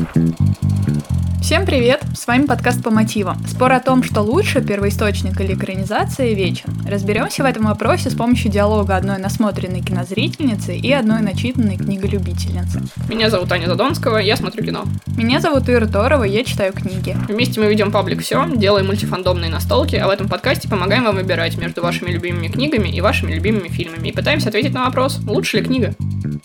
Всем привет! С вами подкаст «По мотивам». Спор о том, что лучше, первоисточник или экранизация, вечен. Разберемся в этом вопросе с помощью диалога одной насмотренной кинозрительницы и одной начитанной книголюбительницы. Меня зовут Аня Задонского, я смотрю кино. Меня зовут Ира Торова, я читаю книги. Вместе мы ведем паблик «Все», делаем мультифандомные настолки, а в этом подкасте помогаем вам выбирать между вашими любимыми книгами и вашими любимыми фильмами. И пытаемся ответить на вопрос, лучше ли книга?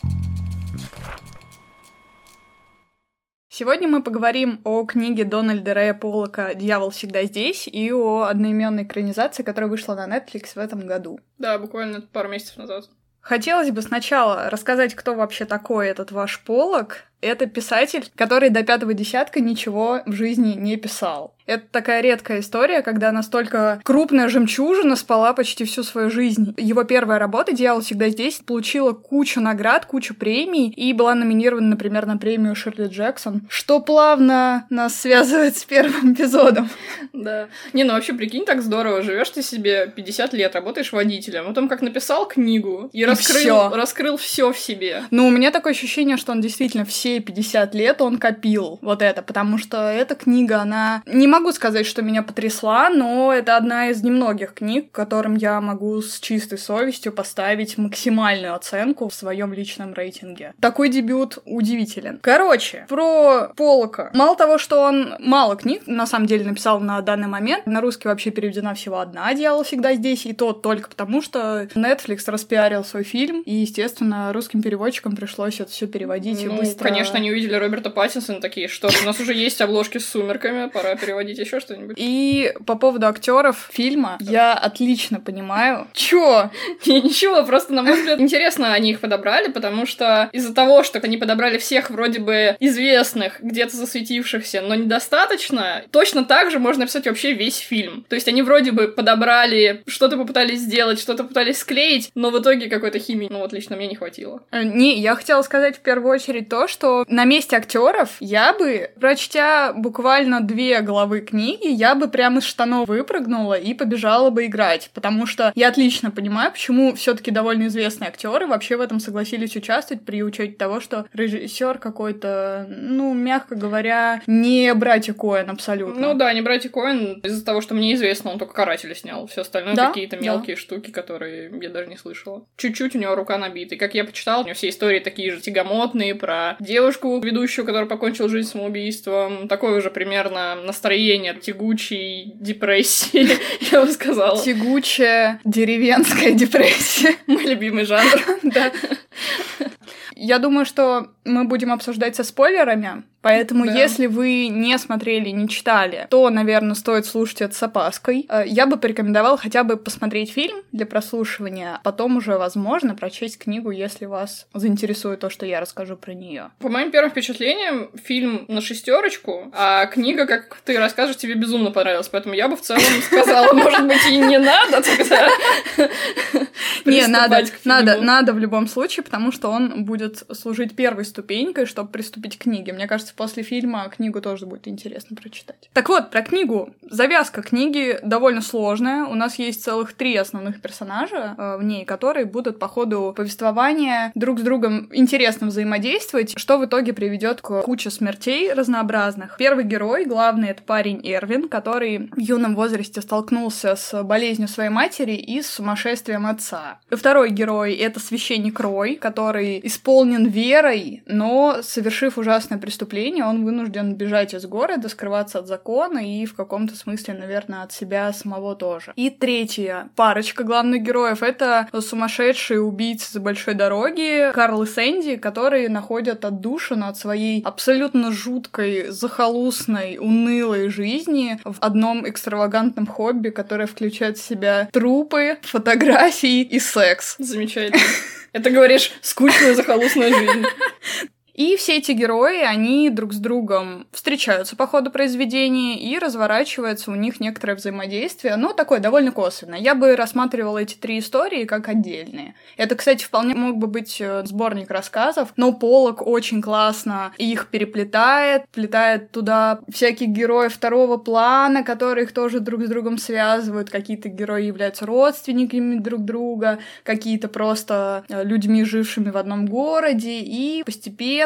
Сегодня мы поговорим о книге Дональда Рэя Поллока «Дьявол всегда здесь» и о одноименной экранизации, которая вышла на Netflix в этом году. Да, буквально пару месяцев назад. Хотелось бы сначала рассказать, кто вообще такой этот ваш Поллок. Это писатель, который до 5-го десятка ничего в жизни не писал. Это такая редкая история, когда настолько крупная жемчужина спала почти всю свою жизнь. Его первая работа «Дьявол всегда здесь» получила кучу наград, кучу премий и была номинирована, например, на премию Ширли Джексон, что плавно нас связывает с первым эпизодом. Да. Ну вообще, прикинь, так здорово. Живешь ты себе 50 лет, работаешь водителем, а потом как написал книгу и раскрыл все в себе. Ну, у меня такое ощущение, что он действительно все 50 лет он копил вот это, потому что эта книга, она... Не могу сказать, что меня потрясла, но это одна из немногих книг, которым я могу с чистой совестью поставить максимальную оценку в своем личном рейтинге. Такой дебют удивителен. Короче, про Поллока. Мало того, что он мало книг, на самом деле, написал на данный момент, на русский вообще переведена всего одна «Дьявол всегда здесь», и то только потому, что Netflix распиарил свой фильм, и, естественно, русским переводчикам пришлось это все переводить быстро. Конечно, они увидели Роберта Паттинсона, такие, что у нас уже есть обложки с «Сумерками», пора переводить еще что-нибудь. И по поводу актеров фильма я отлично понимаю. Чё? Ничего, просто, на мой взгляд, интересно они их подобрали, потому что из-за того, что они подобрали всех вроде бы известных, где-то засветившихся, но недостаточно, точно так же можно написать вообще весь фильм. То есть они вроде бы подобрали, что-то попытались сделать, что-то пытались склеить, но в итоге какой-то химии, лично мне не хватило. Я хотела сказать в первую очередь то, что на месте актеров я бы, прочтя буквально 2 главы книги, я бы прямо из штанов выпрыгнула и побежала бы играть, потому что я отлично понимаю, почему все-таки довольно известные актеры вообще в этом согласились участвовать при учете того, что режиссер какой-то, мягко говоря, не братья Коэн абсолютно. Не братья Коэн, из-за того, что мне известно, он только «Карателя» снял, все остальное какие-то мелкие штуки, которые я даже не слышала. Чуть-чуть у него рука набита, и как я почитала, у него все истории такие же тягомотные про девушку, ведущую, которая покончила жизнь самоубийством, такое же примерно настроение тягучей депрессии, я бы сказала. Тягучая деревенская депрессия. Мой любимый жанр. Да. Я думаю, что мы будем обсуждать со спойлерами, поэтому если вы не смотрели, не читали, то, наверное, стоит слушать это с опаской. Я бы порекомендовала хотя бы посмотреть фильм для прослушивания, а потом уже, возможно, прочесть книгу, если вас заинтересует то, что я расскажу про нее. По моим первым впечатлениям, фильм на 6, а книга, как ты расскажешь, тебе безумно понравилась, поэтому я бы в целом сказала, может быть, и не надо тогда. Не, надо в любом случае, потому что он будет служить первой ступенькой, чтобы приступить к книге. Мне кажется, после фильма книгу тоже будет интересно прочитать. Так вот, про книгу. Завязка книги довольно сложная. У нас есть целых 3 основных персонажа в ней, которые будут по ходу повествования друг с другом интересно взаимодействовать, что в итоге приведет к куче смертей разнообразных. Первый герой, главный, это парень Эрвин, который в юном возрасте столкнулся с болезнью своей матери и с сумасшествием отца. Второй герой — это священник Рой, который исполнен верой, но, совершив ужасное преступление, он вынужден бежать из города, скрываться от закона и в каком-то смысле, наверное, от себя самого тоже. И третья парочка главных героев — это сумасшедшие убийцы с большой дороги Карл и Сэнди, которые находят отдушину от своей абсолютно жуткой, захолустной, унылой жизни в одном экстравагантном хобби, которое включает в себя трупы, фотографии и секс. Замечательно. Это, говоришь, скучная захолустная жизнь. И все эти герои, они друг с другом встречаются по ходу произведения, и разворачивается у них некоторое взаимодействие, но такое довольно косвенное. Я бы рассматривала эти 3 истории как отдельные. Это, кстати, вполне мог бы быть сборник рассказов, но Поллок очень классно их переплетает, плетает туда всяких героев второго плана, которые их тоже друг с другом связывают. Какие-то герои являются родственниками друг друга, какие-то просто людьми, жившими в одном городе, и постепенно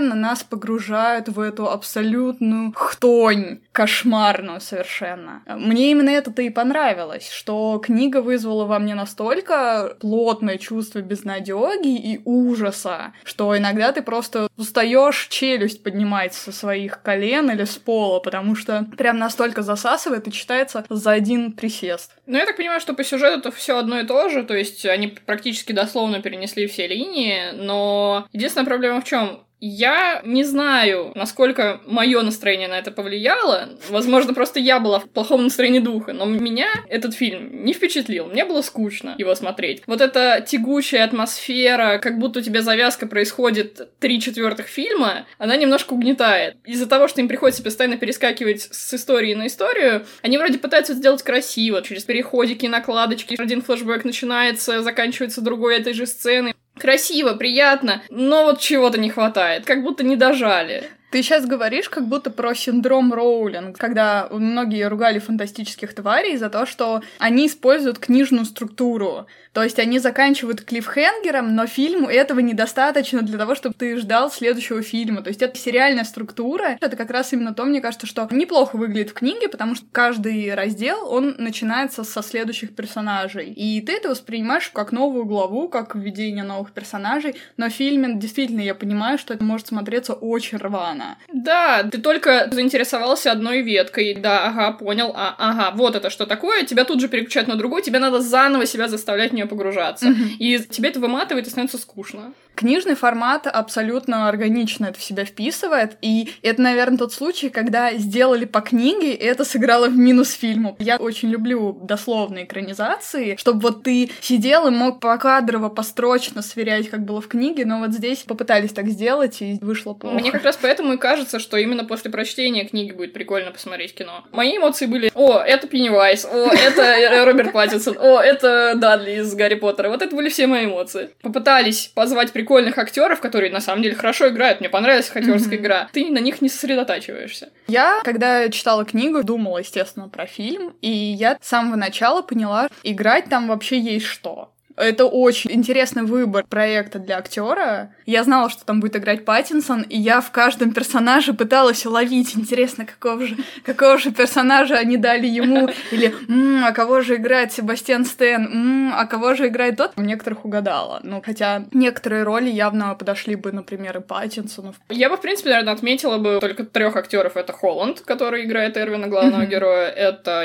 постепенно нас погружают в эту абсолютную хтонь, кошмарную совершенно. Мне именно это-то и понравилось, что книга вызвала во мне настолько плотное чувство безнадёги и ужаса, что иногда ты просто устаёшь, челюсть поднимается со своих колен или с пола, потому что прям настолько засасывает и читается за один присест. Ну, я так понимаю, что по сюжету это все одно и то же, то есть они практически дословно перенесли все линии, но единственная проблема в чем? Я не знаю, насколько мое настроение на это повлияло. Возможно, просто я была в плохом настроении духа, но меня этот фильм не впечатлил. Мне было скучно его смотреть. Вот эта тягучая атмосфера, как будто у тебя завязка происходит 3/4 фильма, она немножко угнетает. Из-за того, что им приходится постоянно перескакивать с истории на историю, они вроде пытаются сделать красиво, через переходики, накладочки. Один флешбэк начинается, заканчивается другой этой же сцены. Красиво, приятно, но вот чего-то не хватает, как будто не дожали. Ты сейчас говоришь как будто про синдром Роулинг, когда многие ругали фантастических тварей за то, что они используют книжную структуру. То есть они заканчивают клиффхенгером, но фильму этого недостаточно для того, чтобы ты ждал следующего фильма. То есть это сериальная структура. Это как раз именно то, мне кажется, что неплохо выглядит в книге, потому что каждый раздел, он начинается со следующих персонажей. И ты это воспринимаешь как новую главу, как введение новых персонажей. Но в фильме действительно я понимаю, что это может смотреться очень рвано. Да, ты только заинтересовался одной веткой. Да, ага, понял. Ага, вот это что такое. Тебя тут же переключают на другую. Тебе надо заново себя заставлять в нее погружаться. И тебе это выматывает и становится скучно. Книжный формат абсолютно органично это в себя вписывает, и это, наверное, тот случай, когда сделали по книге, и это сыграло в минус фильму. Я очень люблю дословные экранизации, чтобы вот ты сидел и мог покадрово, построчно сверять, как было в книге, но вот здесь попытались так сделать, и вышло плохо. Мне как раз поэтому и кажется, что именно после прочтения книги будет прикольно посмотреть кино. Мои эмоции были: о, это Пеннивайз, о, это Роберт Паттинсон, о, это Дадли из Гарри Поттера. Вот это были все мои эмоции. Попытались позвать прикольных актеров, которые на самом деле хорошо играют. Мне понравилась их актерская игра. Ты на них не сосредотачиваешься. Я, когда читала книгу, думала, естественно, про фильм, и я с самого начала поняла, играть там вообще есть что. Это очень интересный выбор проекта для актера. Я знала, что там будет играть Паттинсон, и я в каждом персонаже пыталась уловить. Интересно, какого же персонажа они дали ему? Или, а кого же играет Себастьян Стэн? А кого же играет тот? Некоторых угадала. Ну, хотя некоторые роли явно подошли бы, например, и Паттинсону. Я бы, в принципе, наверное, отметила бы только 3 актеров. Это Холланд, который играет Эрвина, главного героя. Это,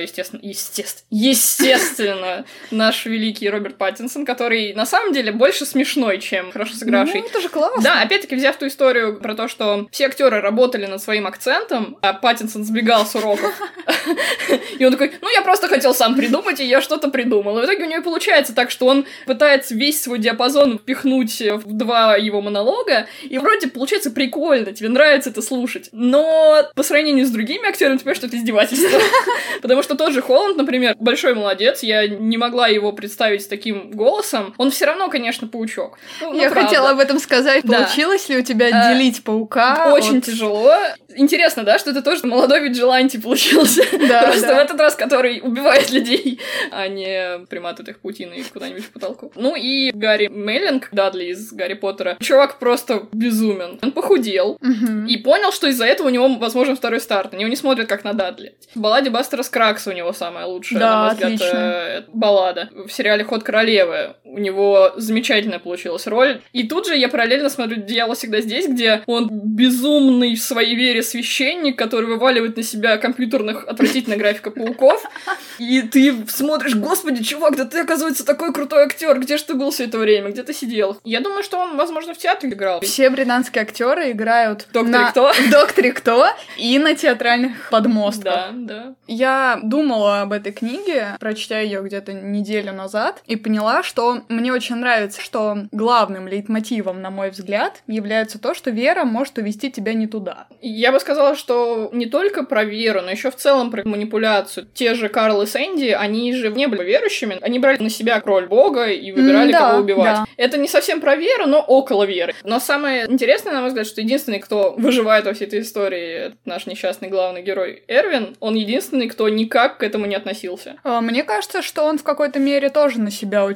естественно, наш великий Роберт Паттинсон, который на самом деле больше смешной, чем хорошо сыгравший. Ну, это же классно. Да, опять-таки, взяв ту историю про то, что все актеры работали над своим акцентом, а Паттинсон сбегал с уроков. И он такой: ну, я просто хотел сам придумать, и я что-то придумал. И в итоге у него получается так, что он пытается весь свой диапазон впихнуть в 2 его монолога, и вроде получается прикольно, тебе нравится это слушать. Но по сравнению с другими актерами, ты понимаешь, что это издевательство. Потому что тот же Холланд, например, большой молодец, я не могла его представить с таким голосом. Он все равно, конечно, паучок. Я хотела об этом сказать. Да. Получилось ли у тебя делить паука? Очень тяжело. Интересно, да, что это тоже молодой Виджиланти получился. Да, просто в этот раз, который убивает людей, а не приматывает их паутиной куда-нибудь в потолку. Ну и Гарри Меллинг, Дадли из Гарри Поттера. Чувак просто безумен. Он похудел и понял, что из-за этого у него возможен второй старт. На него не смотрят как на Дадли. В балладе Бастера Скраггса у него самая лучшая, да, на мой взгляд, баллада. В сериале «Ход королевы» у него замечательная получилась роль. И тут же я параллельно смотрю «Дьявол всегда здесь», где он безумный в своей вере священник, который вываливает на себя компьютерных отвратительная графика пауков. И ты смотришь: господи, чувак, да ты, оказывается, такой крутой актер, где же ты был все это время, где ты сидел? Я думаю, что он, возможно, в театре играл. Все британские актеры играют в «Докторе Кто» и на театральных подмостках. Да. Я думала об этой книге, прочтя ее где-то неделю назад, и поняла, что мне очень нравится, что главным лейтмотивом, на мой взгляд, является то, что вера может увести тебя не туда. Я бы сказала, что не только про веру, но еще в целом про манипуляцию. Те же Карл и Сэнди, они же не были верующими, они брали на себя роль Бога и выбирали, кого убивать. Да. Это не совсем про веру, но около веры. Но самое интересное, на мой взгляд, что единственный, кто выживает во всей этой истории, наш несчастный главный герой Эрвин, он единственный, кто никак к этому не относился. Мне кажется, что он в какой-то мере тоже на себя очень много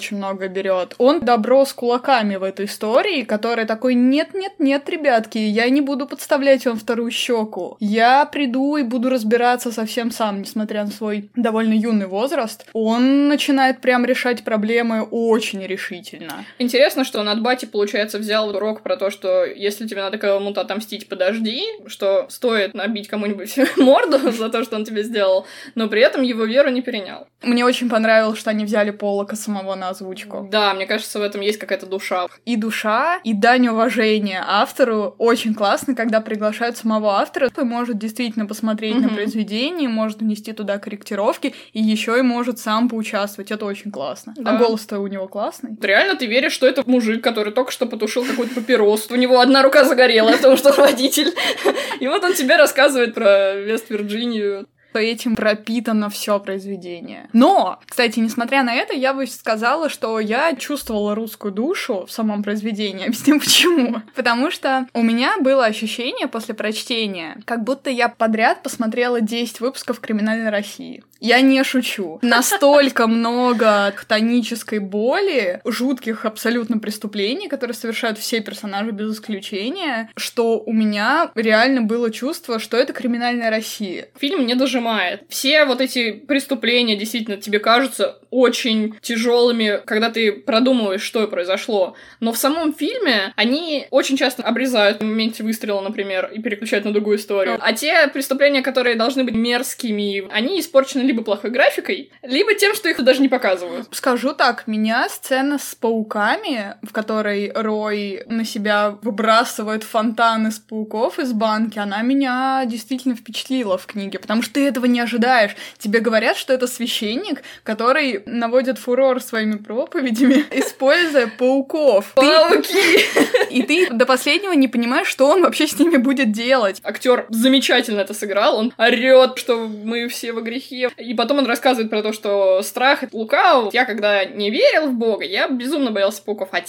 берет. Он добро с кулаками в этой истории, который такой: нет, ребятки, я не буду подставлять вам вторую щеку. Я приду и буду разбираться совсем сам, несмотря на свой довольно юный возраст. Он начинает прям решать проблемы очень решительно. Интересно, что он от бати, получается, взял урок про то, что если тебе надо кому-то отомстить, подожди, что стоит набить кому-нибудь морду за то, что он тебе сделал, но при этом его веру не перенял. Мне очень понравилось, что они взяли Поллока самого на озвучку. Да, мне кажется, в этом есть какая-то душа. И душа, и дань уважения автору. Очень классно, когда приглашают самого автора, кто может действительно посмотреть на произведение, может внести туда корректировки, и еще и может сам поучаствовать. Это очень классно. Да. А голос-то у него классный. Реально ты веришь, что это мужик, который только что потушил какую-то папиросу, у него одна рука загорела, потому что он водитель. И вот он тебе рассказывает про Вест-Вирджинию. Этим пропитано все произведение. Но, кстати, несмотря на это, я бы сказала, что я чувствовала русскую душу в самом произведении. Объясню почему. Потому что у меня было ощущение после прочтения, как будто я подряд посмотрела 10 выпусков «Криминальной России». Я не шучу. Настолько много хтонической боли, жутких абсолютно преступлений, которые совершают все персонажи без исключения, что у меня реально было чувство, что это «Криминальная Россия». Фильм не дожимает. Все вот эти преступления действительно тебе кажутся очень тяжелыми, когда ты продумываешь, что произошло. Но в самом фильме они очень часто обрезают в моменте выстрела, например, и переключают на другую историю. А те преступления, которые должны быть мерзкими, они испорчены либо плохой графикой, либо тем, что их даже не показывают. Скажу так, меня сцена с пауками, в которой Рой на себя выбрасывает фонтан из пауков из банки, она меня действительно впечатлила в книге, потому что ты этого не ожидаешь. Тебе говорят, что это священник, который наводит фурор своими проповедями, используя пауков. Пауки! И ты до последнего не понимаешь, что он вообще с ними будет делать. Актер замечательно это сыграл, он орёт, что мы все во грехе. И потом он рассказывает про то, что страх от лукавого. Я когда не верил в Бога, я безумно боялся пауков. А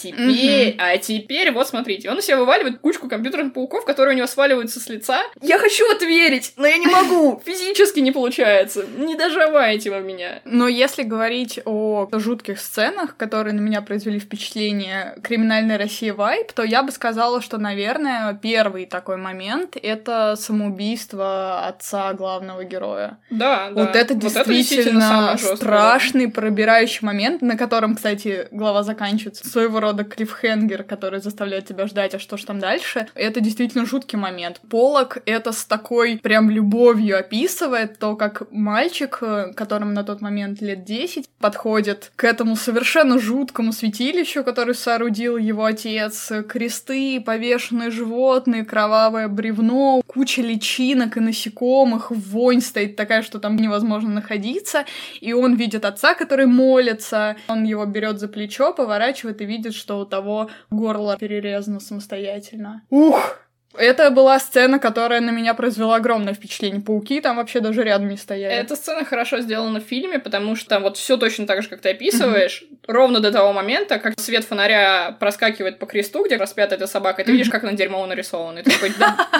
теперь, вот смотрите, он на себя вываливает кучку компьютерных пауков, которые у него сваливаются с лица. Я хочу это верить, но я не могу. Физически не получается. Не доживайте во меня. Но если говорить о жутких сценах, которые на меня произвели впечатление «Криминальная Россия» вайб, то я бы сказала, что, наверное, первый такой момент — это самоубийство отца главного героя. Да, да. Вот это действительно страшный, пробирающий момент, на котором, кстати, глава заканчивается. Своего рода клиффхенгер, который заставляет тебя ждать, а что ж там дальше. Это действительно жуткий момент. Поллок это с такой прям любовью описывает то, как мальчик, которому на тот момент лет 10, подходит к этому совершенно жуткому святилищу, который соорудил его отец. Кресты, повешенные животные, кровавое бревно, куча личинок и насекомых, вонь стоит такая, что там невозможно находиться, и он видит отца, который молится, он его берет за плечо, поворачивает и видит, что у того горло перерезано самостоятельно. Ух! Это была сцена, которая на меня произвела огромное впечатление. Пауки там вообще даже рядом не стояли. Эта сцена хорошо сделана в фильме, потому что там вот все точно так же, как ты описываешь, ровно до того момента, как свет фонаря проскакивает по кресту, где распята эта собака, и ты видишь, как она дерьмово нарисована. И ты такой,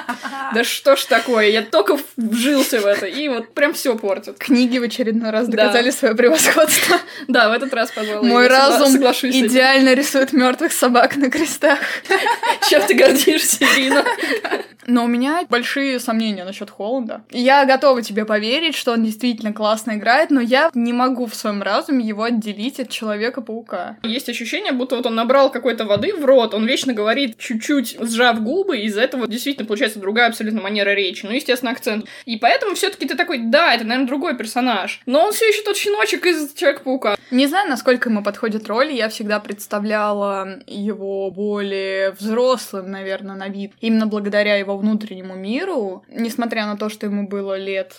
да что ж такое, я только вжился в это, и вот прям все портит. Книги в очередной раз доказали свое превосходство. Да, в этот раз, пожалуй, мой разум идеально рисует мертвых собак на крестах. Чем ты гордишься, Ирина? Но у меня большие сомнения насчет Холланда. Я готова тебе поверить, что он действительно классно играет, но я не могу в своем разуме его отделить от Человека-паука. Есть ощущение, будто вот он набрал какой-то воды в рот, он вечно говорит, чуть-чуть сжав губы, и из-за этого действительно получается другая абсолютно манера речи, ну, естественно, акцент. И поэтому все-таки ты такой, да, это, наверное, другой персонаж, но он все еще тот щеночек из Человека-паука. Не знаю, насколько ему подходит роль, я всегда представляла его более взрослым, наверное, на вид. Именно благодаря его внутреннему миру, несмотря на то, что ему было лет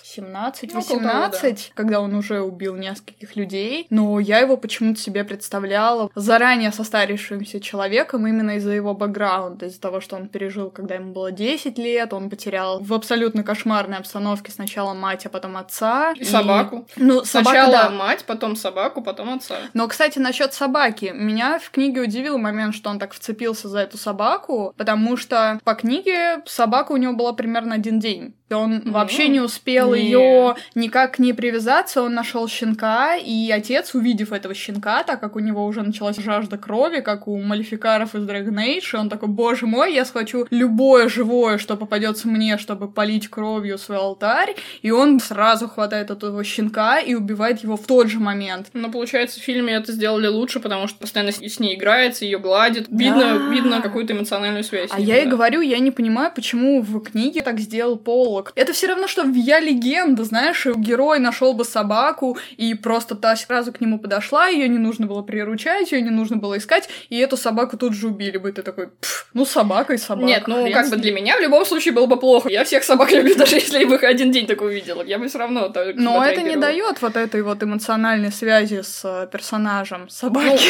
17-18, когда он уже убил нескольких людей, но я его почему-то себе представляла заранее состарившимся человеком именно из-за его бэкграунда, из-за того, что он пережил, когда ему было 10 лет, он потерял в абсолютно кошмарной обстановке сначала мать, а потом отца. И собаку. Ну, сначала собака, мать, потом собаку, потом отца. Но, кстати, насчет собаки. Меня в книге удивил момент, что он так вцепился за эту собаку, потому что по книге собака собака у него была примерно 1 день. И он вообще не успел ее никак к ней привязаться, он нашел щенка, и отец, увидев этого щенка, так как у него уже началась жажда крови, как у малефикаров из Dragon Age, он такой: боже мой, я схвачу любое живое, что попадется мне, чтобы полить кровью свой алтарь, и он сразу хватает этого щенка и убивает его в тот же момент. Но получается, в фильме это сделали лучше, потому что постоянно с ней играется, ее гладит, видно какую-то эмоциональную связь. Я и говорю, я не понимаю, почему в книге так сделал Поллок. Это все равно, что в «Я легенда», знаешь, герой нашел бы собаку, и просто та сразу к нему подошла, ее не нужно было приручать, ее не нужно было искать, и эту собаку тут же убили бы. Ты такой: собака и собака. Нет, как бы для меня в любом случае было бы плохо. Я всех собак люблю, даже если я бы их 1 день такой увидела. Я бы все равно так. Но это не дает вот этой вот эмоциональной связи с персонажем собаки.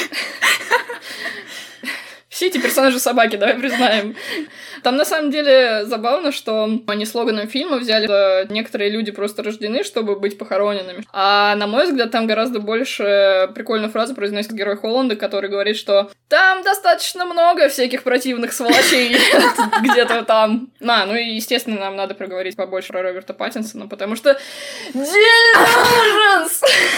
Все эти персонажи собаки, давай признаем. Там на самом деле забавно, что они слоганом фильма взяли, что некоторые люди просто рождены, чтобы быть похороненными. А на мой взгляд, там гораздо больше прикольную фразу произносит герой Холланда, который говорит, что там достаточно много всяких противных сволочей где-то там. Ну и, естественно, нам надо проговорить побольше про Роберта Паттинсона, потому что Diligence!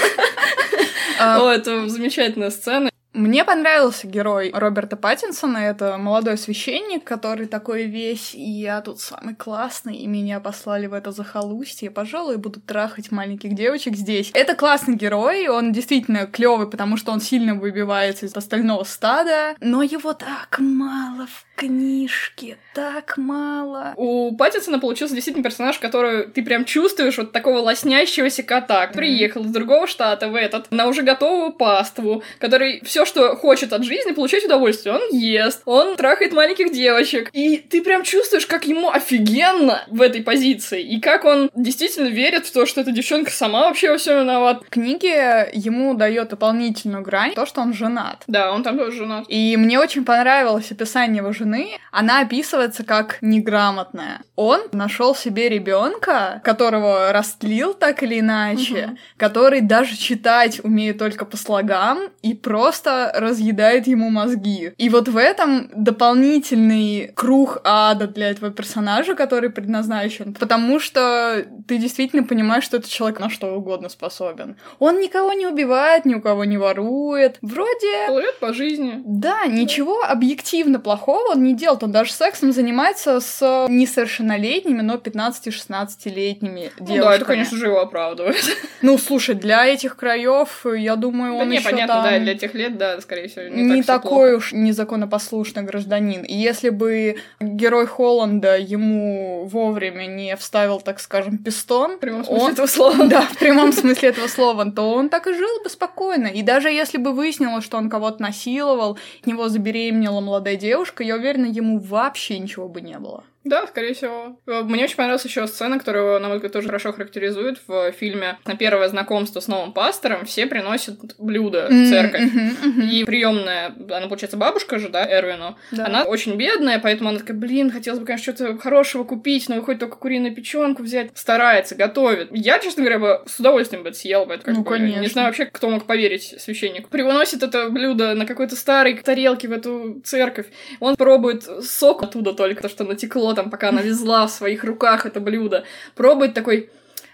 Это замечательная сцена. Мне понравился герой Роберта Паттинсона. Это молодой священник, который такой весь: и я тут самый классный, и меня послали в это захолустье, пожалуй, буду трахать маленьких девочек здесь. Это классный герой, он действительно клёвый, потому что он сильно выбивается из остального стада, но его так мало в книжке, так мало. У Паттинсона получился действительно персонаж, который ты прям чувствуешь вот такого лоснящегося кота. Приехал из другого штата в этот, на уже готовую паству, который все, что хочет от жизни, получать удовольствие. Он ест, он трахает маленьких девочек. И ты прям чувствуешь, как ему офигенно в этой позиции. И как он действительно верит в то, что эта девчонка сама вообще во всем виновата. В книге ему дает дополнительную грань то, что он женат. Да, он там тоже женат. И мне очень понравилось описание его жены. Она описывается как неграмотная. Он нашел себе ребенка, которого растлил так или иначе, который даже читать умеет только по слогам и просто разъедает ему мозги. И вот в этом дополнительный круг ада для этого персонажа, который предназначен, потому что ты действительно понимаешь, что этот человек на что угодно способен. Он никого не убивает, ни у кого не ворует. Вроде... Плывет по жизни. Да, ничего объективно плохого он не делает. Он даже сексом занимается с несовершеннолетними, но 15-16-летними девушками. Да, это, конечно же, его оправдывает. Слушай, для этих краев, я думаю, он еще понятно, там... да, для тех лет, да, скорее всего, не так такой плохо. Уж незаконопослушный гражданин. И если бы герой Холланда ему вовремя не вставил, так скажем, пистон... В прямом смысле этого слова. Да, в прямом смысле этого слова, то он так и жил бы спокойно. И даже если бы выяснилось, что он кого-то насиловал, от него забеременела молодая девушка, я уверена, ему вообще ничего бы не было. Да, скорее всего. Мне очень понравилась еще сцена, которую, на мой взгляд, тоже хорошо характеризует в фильме. На первое знакомство с новым пастором все приносят блюда в церковь. И приемная, она, получается, бабушка же, да, Эрвину, да. Она очень бедная, поэтому она такая: блин, хотелось бы, конечно, что-то хорошего купить, но выходит только куриную печенку взять. Старается, готовит. Я, честно говоря, с удовольствием бы это съела бы. Это конечно. Не знаю вообще, кто мог поверить священнику. Привыносит это блюдо на какой-то старой тарелке в эту церковь. Он пробует сок оттуда только, то, что натекло там, пока она везла в своих руках это блюдо. Пробует такой: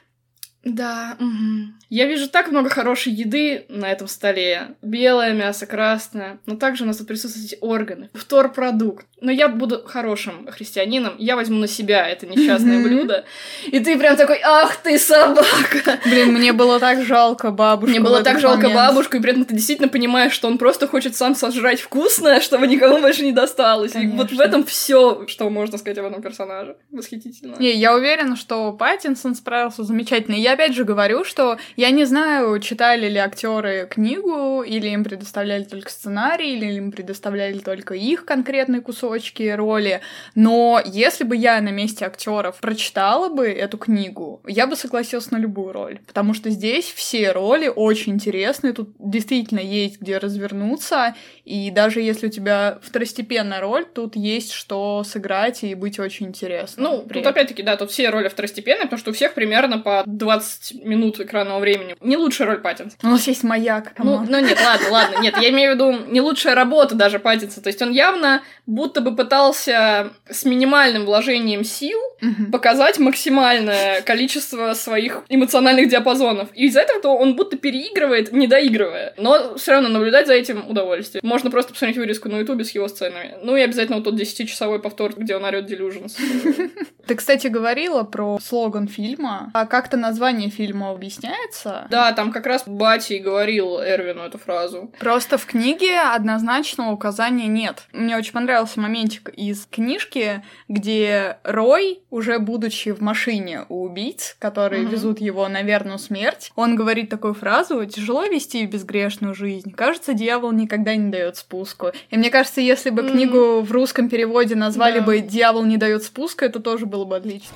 да, я вижу так много хорошей еды на этом столе. Белое мясо, красное. Но также у нас тут присутствуют эти органы. Вторпродукт. Но я буду хорошим христианином. Я возьму на себя это несчастное блюдо. И ты прям такой: ах ты собака! Блин, мне было так жалко бабушку. Мне было так жалко бабушку, и при этом ты действительно понимаешь, что он просто хочет сам сожрать вкусное, чтобы никому больше не досталось. Конечно. И вот в этом все, что можно сказать об этом персонаже. Восхитительно. Не, я уверена, что Паттинсон справился замечательно. И я опять же говорю, что я не знаю, читали ли актеры книгу, или им предоставляли только сценарий, или им предоставляли только их конкретные кусочки роли, но если бы я на месте актеров прочитала бы эту книгу, я бы согласилась на любую роль, потому что здесь все роли очень интересные, тут действительно есть где развернуться, и даже если у тебя второстепенная роль, тут есть что сыграть и быть очень интересным. Тут опять-таки, да, тут все роли второстепенные, потому что у всех примерно по 20 20 минут экранного времени. Не лучшая роль Паттинса. У нас есть «Маяк». Ну нет, ладно. Нет, я имею в виду не лучшая работа даже Паттинса. То есть он явно будто бы пытался с минимальным вложением сил показать максимальное количество своих эмоциональных диапазонов. И из-за этого он будто переигрывает, не доигрывая. Но все равно наблюдать за этим удовольствие. Можно просто посмотреть вырезку на Ютубе с его сценами. Ну и обязательно вот тот 10-часовой повтор, где он орёт Delusions. Ты, кстати, говорила про слоган фильма. А как-то название фильма объясняется? Да, там как раз Батти говорил Эрвину эту фразу. Просто в книге однозначного указания нет. Мне очень понравился моментик из книжки, где Рой, уже будучи в машине у убийц, которые везут его на верную смерть, он говорит такую фразу: «Тяжело вести безгрешную жизнь. Кажется, дьявол никогда не дает спуску». И мне кажется, если бы книгу в русском переводе назвали бы «Дьявол не дает спуска», это тоже было бы отлично.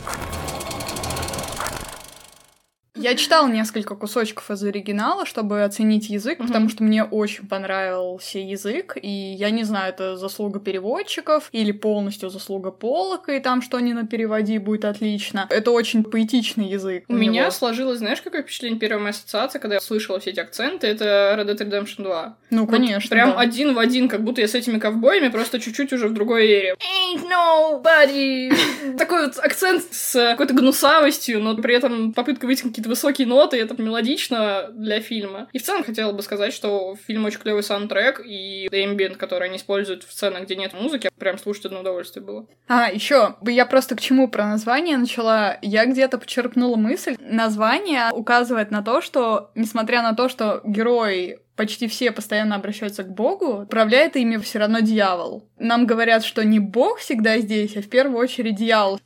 Я читала несколько кусочков из оригинала, чтобы оценить язык, потому что мне очень понравился язык, и я не знаю, это заслуга переводчиков или полностью заслуга Поллока, и там что ни напереводи, будет отлично. Это очень поэтичный язык. У меня сложилось, знаешь, какое впечатление? Первая моя ассоциация, когда я слышала все эти акценты, это Red Dead Redemption 2. Ну, вот конечно, прям один в один, как будто я с этими ковбоями, просто чуть-чуть уже в другой эре. Ain't nobody! Такой вот акцент с какой-то гнусавостью, но при этом попытка выйти какие-то высокие ноты, это мелодично для фильма. И в целом хотела бы сказать, что в фильме очень клевый саундтрек, и эмбиент, который они используют в сценах, где нет музыки, прям слушать одно удовольствие было. Еще я просто к чему про название начала. Я где-то почерпнула мысль. Название указывает на то, что, несмотря на то, что герои почти все постоянно обращаются к Богу, управляет ими все равно дьявол. Нам говорят, что не Бог всегда здесь, а в первую очередь дьявол.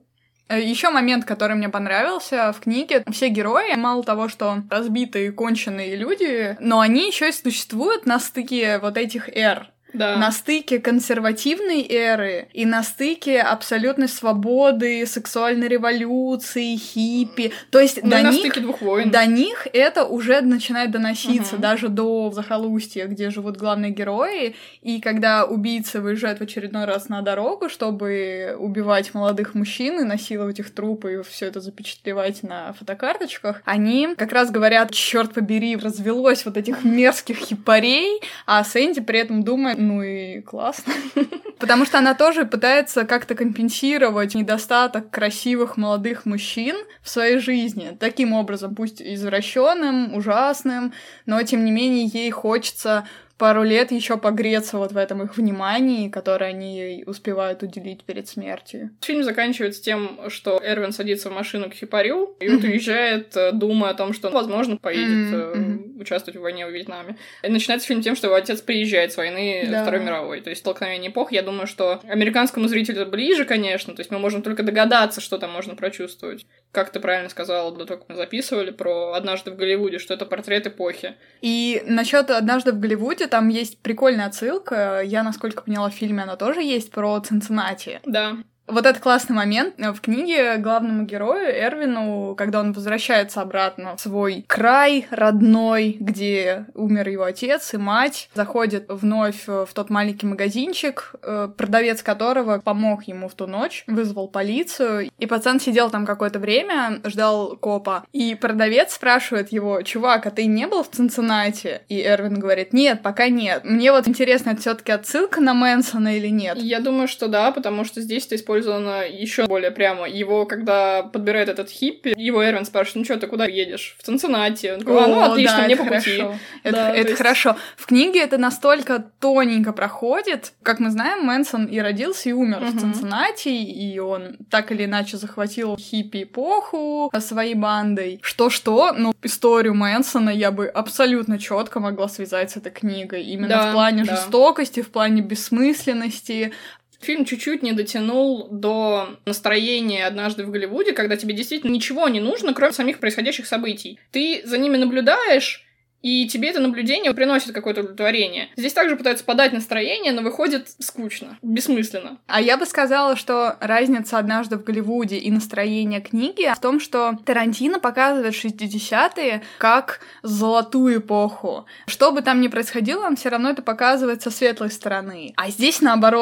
Еще момент, который мне понравился в книге. Все герои, мало того, что разбитые, конченые люди, но они еще и существуют на стыке вот этих эр. Да. На стыке консервативной эры и на стыке абсолютной свободы, сексуальной революции, хиппи. То есть на стыке двух войн. До них это уже начинает доноситься, даже до захолустья, где живут главные герои. И когда убийцы выезжают в очередной раз на дорогу, чтобы убивать молодых мужчин и насиловать их трупы, и все это запечатлевать на фотокарточках, они как раз говорят: черт побери, развелось вот этих мерзких хипарей, а Сэнди при этом думает: ну и классно. Потому что она тоже пытается как-то компенсировать недостаток красивых молодых мужчин в своей жизни. Таким образом, пусть извращенным, ужасным, но тем не менее ей хочется пару лет еще погреться вот в этом их внимании, которое они ей успевают уделить перед смертью. Фильм заканчивается тем, что Эрвин садится в машину к хипарю и вот уезжает, думая о том, что он, возможно, поедет участвовать в войне в Вьетнаме. И начинается фильм тем, что его отец приезжает с войны Второй мировой. То есть столкновение эпох. Я думаю, что американскому зрителю ближе, конечно. То есть мы можем только догадаться, что там можно прочувствовать. Как ты правильно сказала, до того, как мы записывали про «Однажды в Голливуде», что это портрет эпохи. И насчет «Однажды в Голливуде» там есть прикольная отсылка. Я, насколько поняла, в фильме она тоже есть, про Цинциннати. Да. Вот это классный момент. В книге главному герою Эрвину, когда он возвращается обратно в свой край родной, где умер его отец и мать, заходит вновь в тот маленький магазинчик, продавец которого помог ему в ту ночь, вызвал полицию, и пацан сидел там какое-то время, ждал копа, и продавец спрашивает его: чувак, а ты не был в Цинциннати? И Эрвин говорит: нет, пока нет. Мне вот интересно, это все-таки отсылка на Мэнсона или нет? Я думаю, что да, потому что здесь ты использована еще более прямо. Его, когда подбирает этот хиппи, его Эрвин спрашивает: ну что, ты куда едешь? В Цинциннати. Он говорит: ну отлично, да, мне это по пути. Это есть... хорошо. В книге это настолько тоненько проходит. Как мы знаем, Мэнсон и родился, и умер в Цинциннати, и он так или иначе захватил хиппи-эпоху своей бандой. Что-что, но историю Мэнсона я бы абсолютно четко могла связать с этой книгой. Именно в плане жестокости, в плане бессмысленности. Фильм чуть-чуть не дотянул до настроения «Однажды в Голливуде», когда тебе действительно ничего не нужно, кроме самих происходящих событий. Ты за ними наблюдаешь, и тебе это наблюдение приносит какое-то удовлетворение. Здесь также пытаются подать настроение, но выходит скучно, бессмысленно. А я бы сказала, что разница «Однажды в Голливуде» и настроение книги в том, что Тарантино показывает 60-е как золотую эпоху. Что бы там ни происходило, он все равно это показывает со светлой стороны. А здесь наоборот.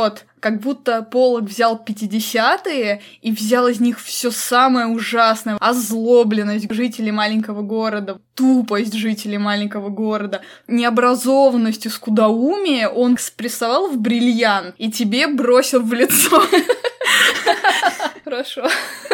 как будто Поллок взял 50-е и взял из них все самое ужасное. Озлобленность жителей маленького города, тупость жителей маленького города, необразованность и скудоумие он спрессовал в бриллиант и тебе бросил в лицо. Хорошо.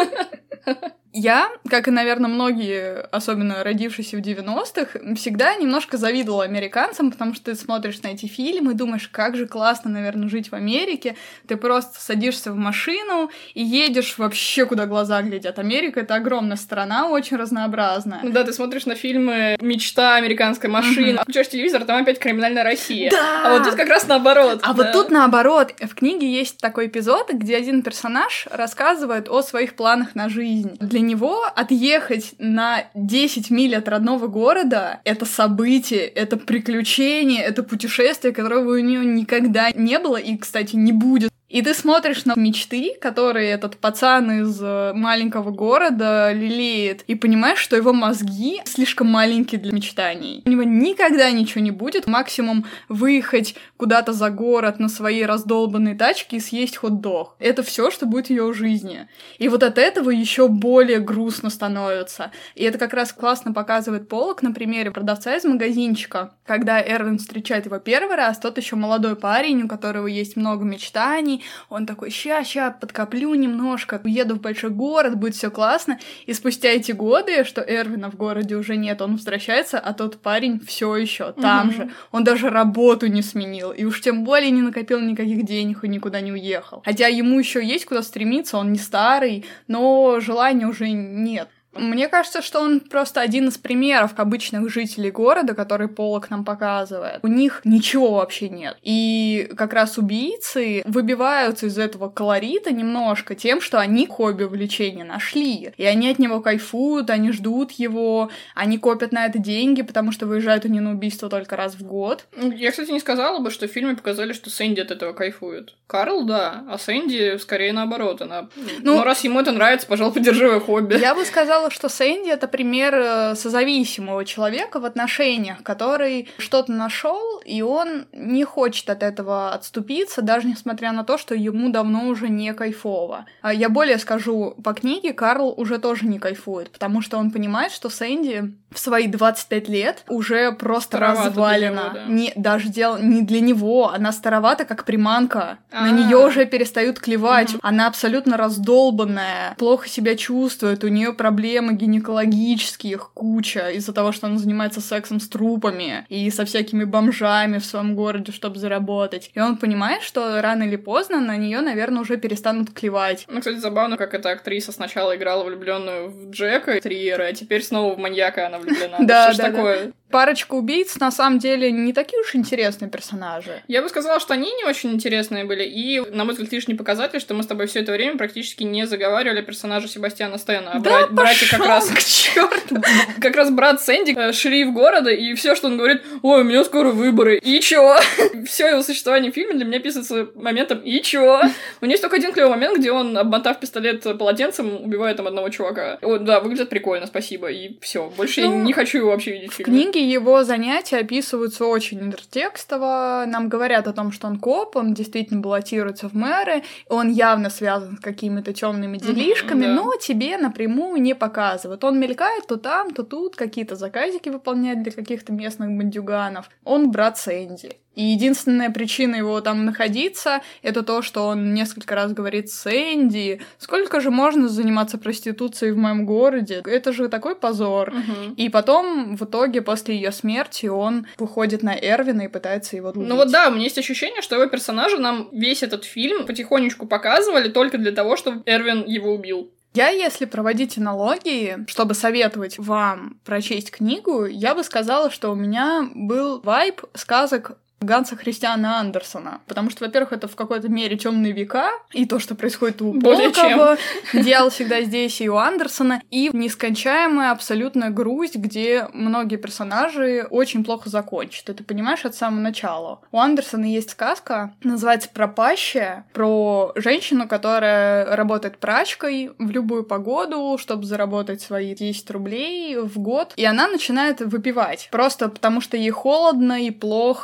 Я, как и, наверное, многие, особенно родившиеся в 90-х, всегда немножко завидовала американцам, потому что ты смотришь на эти фильмы и думаешь, как же классно, наверное, жить в Америке. Ты просто садишься в машину и едешь вообще, куда глаза глядят. Америка — это огромная страна, очень разнообразная. Ну да, ты смотришь на фильмы «Мечта», «Американская машина», включаешь телевизор, там опять «Криминальная Россия». Да! А вот тут как раз наоборот. А вот тут наоборот. В книге есть такой эпизод, где один персонаж рассказывает о своих планах на жизнь. Для него отъехать на 10 миль от родного города — это событие, это приключение, это путешествие, которого у нее никогда не было и, кстати, не будет. И ты смотришь на мечты, которые этот пацан из маленького города лелеет, и понимаешь, что его мозги слишком маленькие для мечтаний. У него никогда ничего не будет. Максимум выехать куда-то за город на своей раздолбанной тачке и съесть хот-дог. Это все, что будет в ее жизни. И вот от этого еще более грустно становится. И это как раз классно показывает Поллок на примере продавца из магазинчика. Когда Эрвин встречает его первый раз, тот еще молодой парень, у которого есть много мечтаний. Он такой, ща, подкоплю немножко, уеду в большой город, будет все классно. И спустя эти годы, что Эрвина в городе уже нет, он возвращается, а тот парень все еще там же. Он даже работу не сменил, и уж тем более не накопил никаких денег и никуда не уехал. Хотя ему еще есть куда стремиться, он не старый, но желания уже нет. Мне кажется, что он просто один из примеров обычных жителей города, который Поллок нам показывает. У них ничего вообще нет. И как раз убийцы выбиваются из этого колорита немножко тем, что они хобби, увлечения нашли. И они от него кайфуют, они ждут его, они копят на это деньги, потому что выезжают они на убийство только раз в год. Я, кстати, не сказала бы, что в фильме показали, что Сэнди от этого кайфует. Карл, да, а Сэнди скорее наоборот. Она... Ну, раз ему это нравится, пожалуй, поддержи его хобби. Я бы сказала, что Сэнди — это пример созависимого человека в отношениях, который что-то нашел, и он не хочет от этого отступиться, даже несмотря на то, что ему давно уже не кайфово. Я более скажу, по книге Карл уже тоже не кайфует, потому что он понимает, что Сэнди в свои 25 лет уже просто старовато развалена. Него, да. Даже дело не для него, она старовата, как приманка. На нее уже перестают клевать. Она абсолютно раздолбанная, плохо себя чувствует, у нее проблемы гинекологические, их куча, из-за того, что она занимается сексом с трупами и со всякими бомжами в своем городе, чтобы заработать. И он понимает, что рано или поздно на нее, наверное, уже перестанут клевать. Ну, кстати, забавно, как эта актриса сначала играла влюбленную в Джека Триера, а теперь снова в маньяка она влюблена. Да, что ж такое? Парочка убийц, на самом деле, не такие уж интересные персонажи. Я бы сказала, что они не очень интересные были, и, на мой взгляд, лишний показатель, что мы с тобой все это время практически не заговаривали о персонаже Себастьяна Стэна. Да, братья как раз... к чёрту! Как раз брат Сэнди, шериф города, и все, что он говорит, ой, у меня скоро выборы, и чё? Все его существование в фильме для меня писается моментом «и чё?». У него есть только один клевый момент, где он, обмотав пистолет полотенцем, убивает там одного чувака. Вот, да, выглядит прикольно, спасибо, и все. Больше я не хочу его вообще видеть в фильме. В книге его занятия описываются очень интертекстово. Нам говорят о том, что он коп, он действительно баллотируется в мэры, он явно связан с какими-то темными делишками, но тебе напрямую не показывают. Он мелькает то там, то тут, какие-то заказики выполняет для каких-то местных бандюганов. Он брат Сэнди. И единственная причина его там находиться — это то, что он несколько раз говорит: «Сэнди, сколько же можно заниматься проституцией в моем городе? Это же такой позор». И потом, в итоге, после ее смерти, он выходит на Эрвина и пытается его убить. Ну вот да, у меня есть ощущение, что его персонажа нам весь этот фильм потихонечку показывали только для того, чтобы Эрвин его убил. Я, если проводить аналогии, чтобы советовать вам прочесть книгу, я бы сказала, что у меня был вайб сказок Ганса Христиана Андерсона. Потому что, во-первых, это в какой-то мере темные века, и то, что происходит у Полкова, идеал всегда здесь и у Андерсона, и нескончаемая абсолютная грусть, где многие персонажи очень плохо закончат. И ты понимаешь от самого начала. У Андерсона есть сказка, называется «Пропащая», про женщину, которая работает прачкой в любую погоду, чтобы заработать свои 10 рублей в год, и она начинает выпивать. Просто потому что ей холодно и плохо, и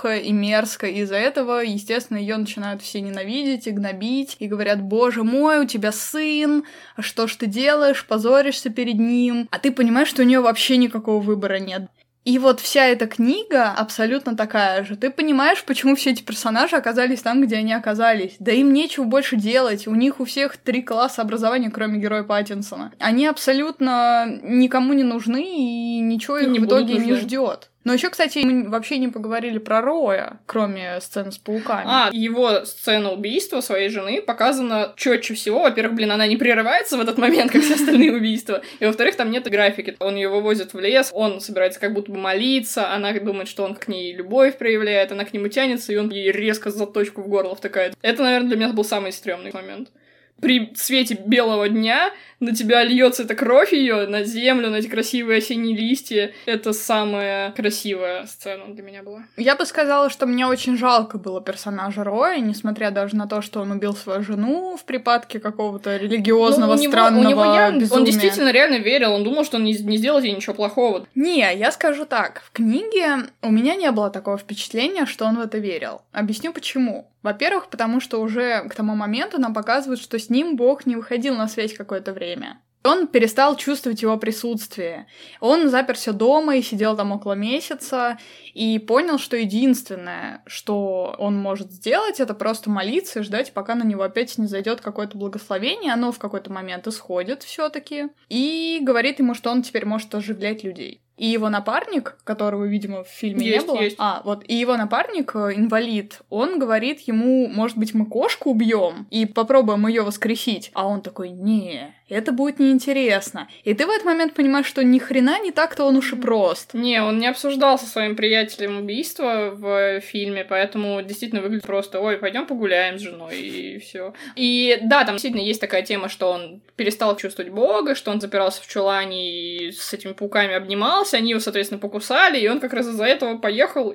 мерзко, и из-за этого, естественно, ее начинают все ненавидеть и гнобить, и говорят: боже мой, у тебя сын, что ж ты делаешь, позоришься перед ним, а ты понимаешь, что у нее вообще никакого выбора нет. И вот вся эта книга абсолютно такая же. Ты понимаешь, почему все эти персонажи оказались там, где они оказались. Да им нечего больше делать. У них у всех 3 класса образования, кроме героя Паттинсона. Они абсолютно никому не нужны, и ничего их в итоге не ждет. Но еще, кстати, мы вообще не поговорили про Роя, кроме сцены с пауками. Его сцена убийства своей жены показана четче всего. Во-первых, она не прерывается в этот момент, как все остальные убийства. И, во-вторых, там нет графики. Он ее вывозит в лес, он собирается как будто бы молиться, она думает, что он к ней любовь проявляет, она к нему тянется, и он ей резко заточку в горло втыкает. Это, наверное, для меня был самый стрёмный момент. При свете белого дня на тебя льется эта кровь ее на землю, на эти красивые осенние листья. Это самая красивая сцена для меня была. Я бы сказала, что мне очень жалко было персонажа Роя, несмотря даже на то, что он убил свою жену в припадке какого-то религиозного странного безумия. Он действительно реально верил, он думал, что он не сделает ей ничего плохого. Не, я скажу так, в книге у меня не было такого впечатления, что он в это верил. Объясню почему. Во-первых, потому что уже к тому моменту нам показывают, что с ним Бог не выходил на связь какое-то время. Он перестал чувствовать его присутствие. Он заперся дома и сидел там около месяца, и понял, что единственное, что он может сделать, это просто молиться и ждать, пока на него опять не зайдет какое-то благословение. Оно в какой-то момент исходит все-таки, и говорит ему, что он теперь может оживлять людей. И его напарник, которого, видимо, в фильме не было... И его напарник, инвалид, он говорит ему: может быть, мы кошку убьем и попробуем ее воскресить. А он такой: не, это будет неинтересно. И ты в этот момент понимаешь, что ни хрена не так-то он уж и прост. Не, он не обсуждал со своим приятелем убийство в фильме, поэтому действительно выглядит просто: ой, пойдем погуляем с женой, и все. И да, там действительно есть такая тема, что он перестал чувствовать Бога, что он запирался в чулане и с этими пауками обнимался, они его, соответственно, покусали, и он как раз из-за этого поехал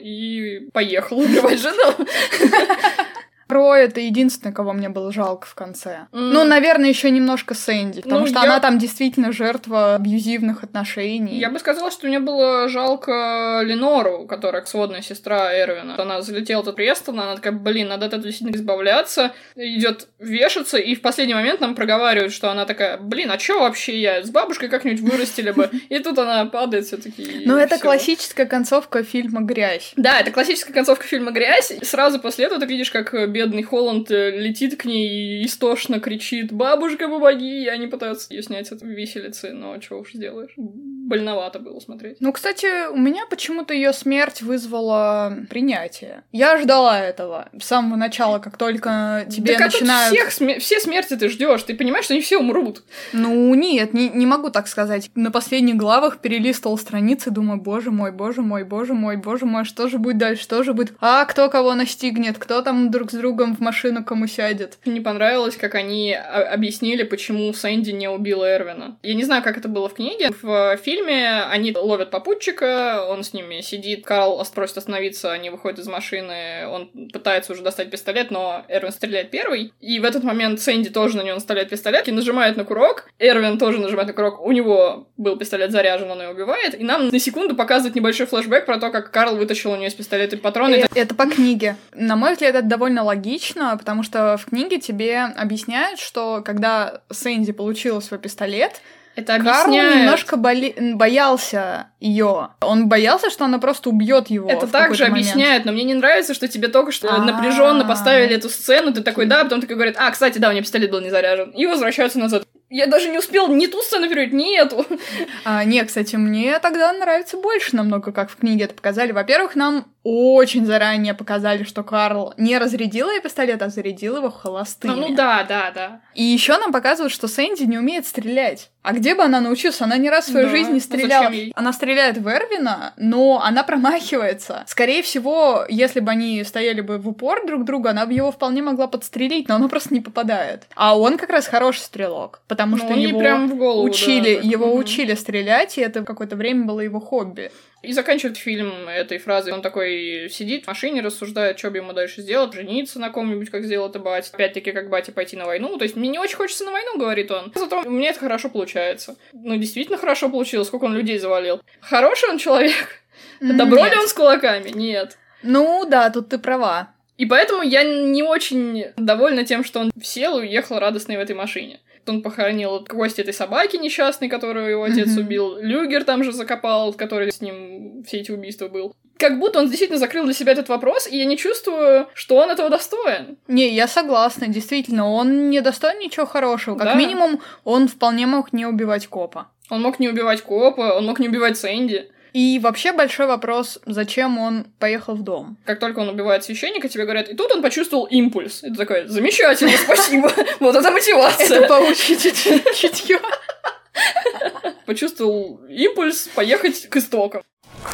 убивать жену. Рой — это единственное, кого мне было жалко в конце. Ну, наверное, еще немножко Сэнди, потому что она там действительно жертва абьюзивных отношений. Я бы сказала, что мне было жалко Ленору, которая сводная сестра Эрвина. Она залетела тут Престона, она такая: блин, надо от этого действительно избавляться. Идет вешаться, и в последний момент нам проговаривают, что она такая: блин, а чё вообще я? С бабушкой как-нибудь вырастили бы. И тут она падает все-таки. Ну, это классическая концовка фильма «Грязь». Да, это классическая концовка фильма «Грязь». И сразу после этого ты видишь, как бедный Холланд летит к ней и истошно кричит: бабушка, помоги! И они пытаются ее снять от виселицы, но чего уж сделаешь. Больновато было смотреть. Ну, кстати, у меня почему-то ее смерть вызвала принятие. Я ждала этого с самого начала, как только тебе начинают... Все смерти ты ждешь, ты понимаешь, что они все умрут. Ну, нет, не могу так сказать. На последних главах перелистывал страницы, думаю: боже мой, боже мой, боже мой, боже мой, что же будет дальше, что же будет... А кто кого настигнет, кто там друг с другом в машину кому сядет. Мне понравилось, как они объяснили, почему Сэнди не убила Эрвина. Я не знаю, как это было в книге. В фильме они ловят попутчика, он с ними сидит, Карл просит остановиться, они выходят из машины, он пытается уже достать пистолет, но Эрвин стреляет первый. И в этот момент Сэнди тоже на него наставляет пистолет и нажимает на курок. Эрвин тоже нажимает на курок. У него был пистолет заряжен, он его убивает. И нам на секунду показывают небольшой флешбэк про то, как Карл вытащил у нее из пистолета патроны. Это по книге. На мой взгляд, это довольно логично, потому что в книге тебе объясняют, что когда Сэнди получила свой пистолет, это Карл немножко боялся ее. Он боялся, что она просто убьет его. Это также объясняют, но мне не нравится, что тебе только что напряженно поставили эту сцену, ты такой: да, потом такой говорит: кстати, да, у меня пистолет был не заряжен. И возвращаются назад. Я даже не успел ни ту сцену переводить, ни эту. Не, кстати, мне тогда нравится больше намного, как в книге это показали. Во-первых, нам очень заранее показали, что Карл не разрядил ее пистолет, а зарядил его холостыми. Ну да. И еще нам показывают, что Сэнди не умеет стрелять. А где бы она научилась? Она ни разу в своей жизни не стреляла. Она стреляет в Эрвина, но она промахивается. Скорее всего, если бы они стояли бы в упор друг к другу, она бы его вполне могла подстрелить, но она просто не попадает. А он как раз хороший стрелок, потому что его прям в голову, учили стрелять, и это какое-то время было его хобби. И заканчивает фильм этой фразой. Он такой сидит в машине, рассуждает, что бы ему дальше сделать, жениться на ком-нибудь, как сделал это батя. Опять-таки, как батя пойти на войну. То есть, мне не очень хочется на войну, говорит он. Зато у меня это хорошо получается. Ну, действительно хорошо получилось. Сколько он людей завалил. Хороший он человек? Добро ли он с кулаками? Нет. Ну да, тут ты права. И поэтому я не очень довольна тем, что он сел и уехал радостный в этой машине. Он похоронил кость этой собаки несчастной, которую его отец убил. Люгер там же закопал, который с ним все эти убийства был. Как будто он действительно закрыл для себя этот вопрос, и я не чувствую, что он этого достоин. Не, я согласна, действительно, он не достоин ничего хорошего. Как минимум, он вполне мог не убивать копа. Он мог не убивать копа, он мог не убивать Сэнди. И вообще большой вопрос, зачем он поехал в дом? Как только он убивает священника, тебе говорят, и тут он почувствовал импульс. И ты такой, замечательно, спасибо, вот это мотивация. Это получите чутьё. Почувствовал импульс поехать к истокам.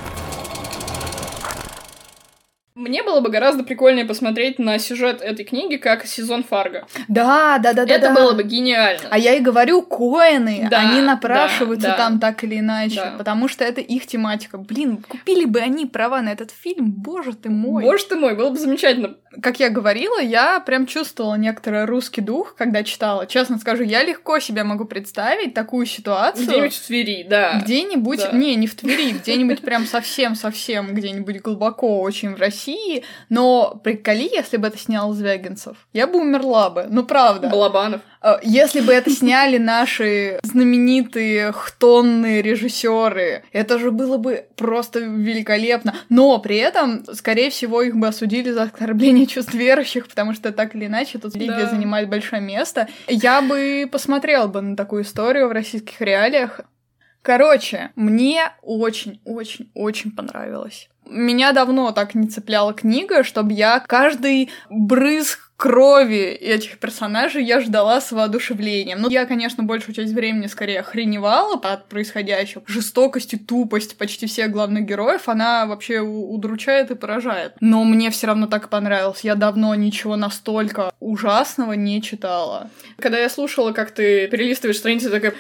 Мне было бы гораздо прикольнее посмотреть на сюжет этой книги как сезон Фарго. Да. Это было бы гениально. А я и говорю, Коэны, они напрашиваются там так или иначе, потому что это их тематика. Блин, купили бы они права на этот фильм, боже ты мой. Боже ты мой, было бы замечательно. Как я говорила, я прям чувствовала некоторый русский дух, когда читала. Честно скажу, я легко себе могу представить такую ситуацию. Где-нибудь в Твери, да. Где-нибудь, не в Твери, где-нибудь прям совсем-совсем где-нибудь глубоко очень в России. Но приколи, если бы это снял Звягинцев, я бы умерла бы, ну правда. Балабанов. Если бы это сняли наши знаменитые хтонные режиссеры, это же было бы просто великолепно. Но при этом, скорее всего, их бы осудили за оскорбление чувств верующих, потому что так или иначе тут религия занимает большое место. Я бы посмотрела бы на такую историю в российских реалиях. Короче, мне очень-очень-очень понравилось. Меня давно так не цепляла книга, чтобы я каждый брызг крови этих персонажей я ждала с воодушевлением. Ну, я, конечно, большую часть времени скорее охреневала от происходящего. Жестокость и тупость почти всех главных героев, она вообще удручает и поражает. Но мне все равно так понравилось. Я давно ничего настолько ужасного не читала. Когда я слушала, как ты перелистываешь страницы, такая...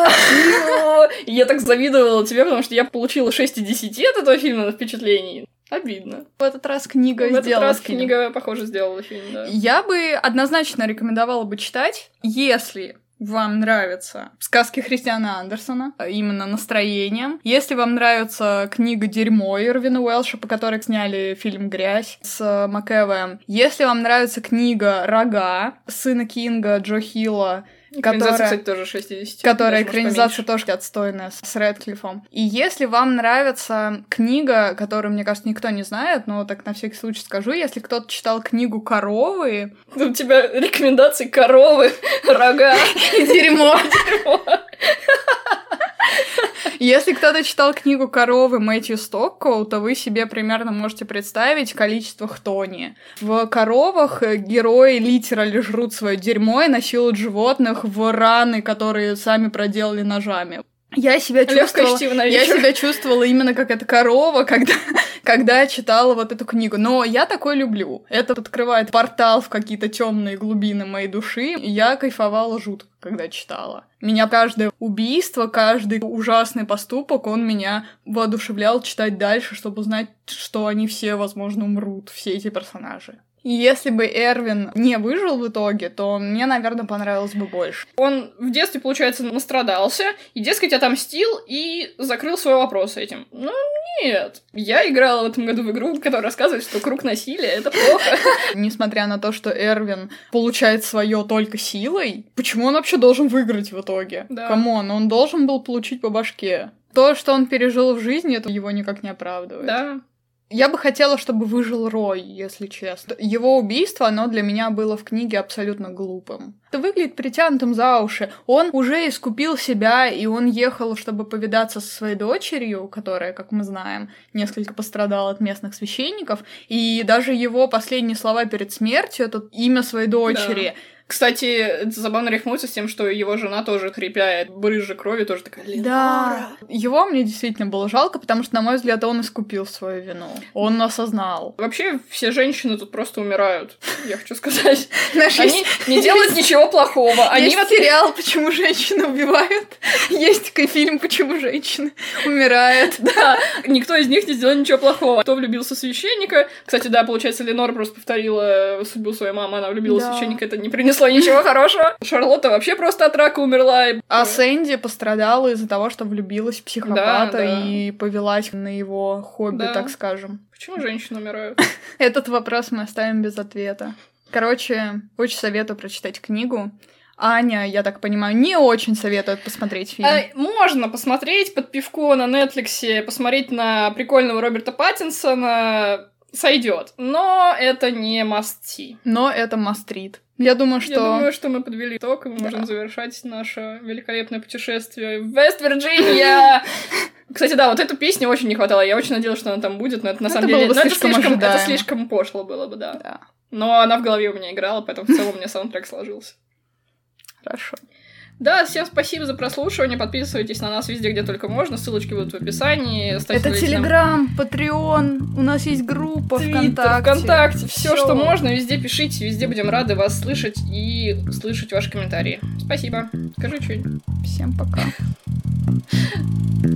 Я так завидовала тебе, потому что я получила 6 из 10 от этого фильма на впечатлении. Обидно. В этот раз книга сделала фильм. В этот раз книга, похоже, сделала фильм, да. Я бы однозначно рекомендовала бы читать, если вам нравятся сказки Христиана Андерсона, именно настроением. Если вам нравится книга «Дерьмо» Ирвина Уэлша, по которой сняли фильм «Грязь» с МакЭвоем. Если вам нравится книга «Рога» сына Кинга Джо Хилла, экранизация, кстати, тоже 6 из 10. Которая экранизация тоже отстойная, с Рэдклиффом. И если вам нравится книга, которую, мне кажется, никто не знает, но так на всякий случай скажу, если кто-то читал книгу «Коровы», у тебя рекомендации «Коровы», «Рога» и «Дерьмо». Если кто-то читал книгу «Коровы» Мэтью Стоккоу, то вы себе примерно можете представить количество хтони. В «Коровах» герои литерально жрут свое дерьмо и насилуют животных в раны, которые сами проделали ножами. Я себя чувствовала именно как эта корова, когда читала вот эту книгу. Но я такое люблю. Это открывает портал в какие-то темные глубины моей души. И я кайфовала жутко, когда читала. Меня каждое убийство, каждый ужасный поступок, он меня воодушевлял читать дальше, чтобы узнать, что они все, возможно, умрут, все эти персонажи. И если бы Эрвин не выжил в итоге, то мне, наверное, понравилось бы больше. Он в детстве, получается, настрадался, и, дескать, отомстил и закрыл свой вопрос этим. Ну, нет. Я играла в этом году в игру, которая рассказывает, что круг насилия — это плохо. Несмотря на то, что Эрвин получает свое только силой, почему он вообще должен выиграть в итоге? Камон, он должен был получить по башке. То, что он пережил в жизни, это его никак не оправдывает. Да. Я бы хотела, чтобы выжил Рой, если честно. Его убийство, оно для меня было в книге абсолютно глупым. Это выглядит притянутым за уши. Он уже искупил себя, и он ехал, чтобы повидаться со своей дочерью, которая, как мы знаем, несколько пострадала от местных священников. И даже его последние слова перед смертью — это имя своей дочери. Да. Кстати, это забавно рифмуется с тем, что его жена тоже хрипяет, брызжа крови, тоже такая «Ленора». Да, его мне действительно было жалко, потому что, на мой взгляд, он искупил свою вину. Он осознал. Вообще, все женщины тут просто умирают, я хочу сказать. Они не делают ничего плохого. Есть сериал «Почему женщины убивают», есть фильм «Почему женщины умирают». Да, никто из них не сделал ничего плохого. Кто влюбился в священника? Кстати, да, получается, Ленора просто повторила судьбу своей мамы, она влюбилась в священника, это не принесло вынесла ничего хорошего. Шарлотта вообще просто от рака умерла. А Сэнди пострадала из-за того, что влюбилась в психопата и повелась на его хобби, так скажем. Почему женщины умирают? Этот вопрос мы оставим без ответа. Короче, очень советую прочитать книгу. Аня, я так понимаю, не очень советует посмотреть фильм. Можно посмотреть под пивко на Нетфликсе, посмотреть на прикольного Роберта Паттинсона, сойдет. Но это не must-see. Но это must-read. Я думаю, что мы подвели итог, и мы можем завершать наше великолепное путешествие в Вест-Вирджиния. Кстати, да, вот эту песню очень не хватало. Я очень надеялась, что она там будет, но это на самом деле... Это слишком пошло было бы, да. Но она в голове у меня играла, поэтому в целом у меня саундтрек сложился. Хорошо. Да, всем спасибо за прослушивание. Подписывайтесь на нас везде, где только можно. Ссылочки будут в описании. Это Телеграм, Патреон, у нас есть группа ВКонтакте. Все, что можно, везде пишите. Везде будем рады вас слышать и слышать ваши комментарии. Спасибо. Скажи что-нибудь. Всем пока.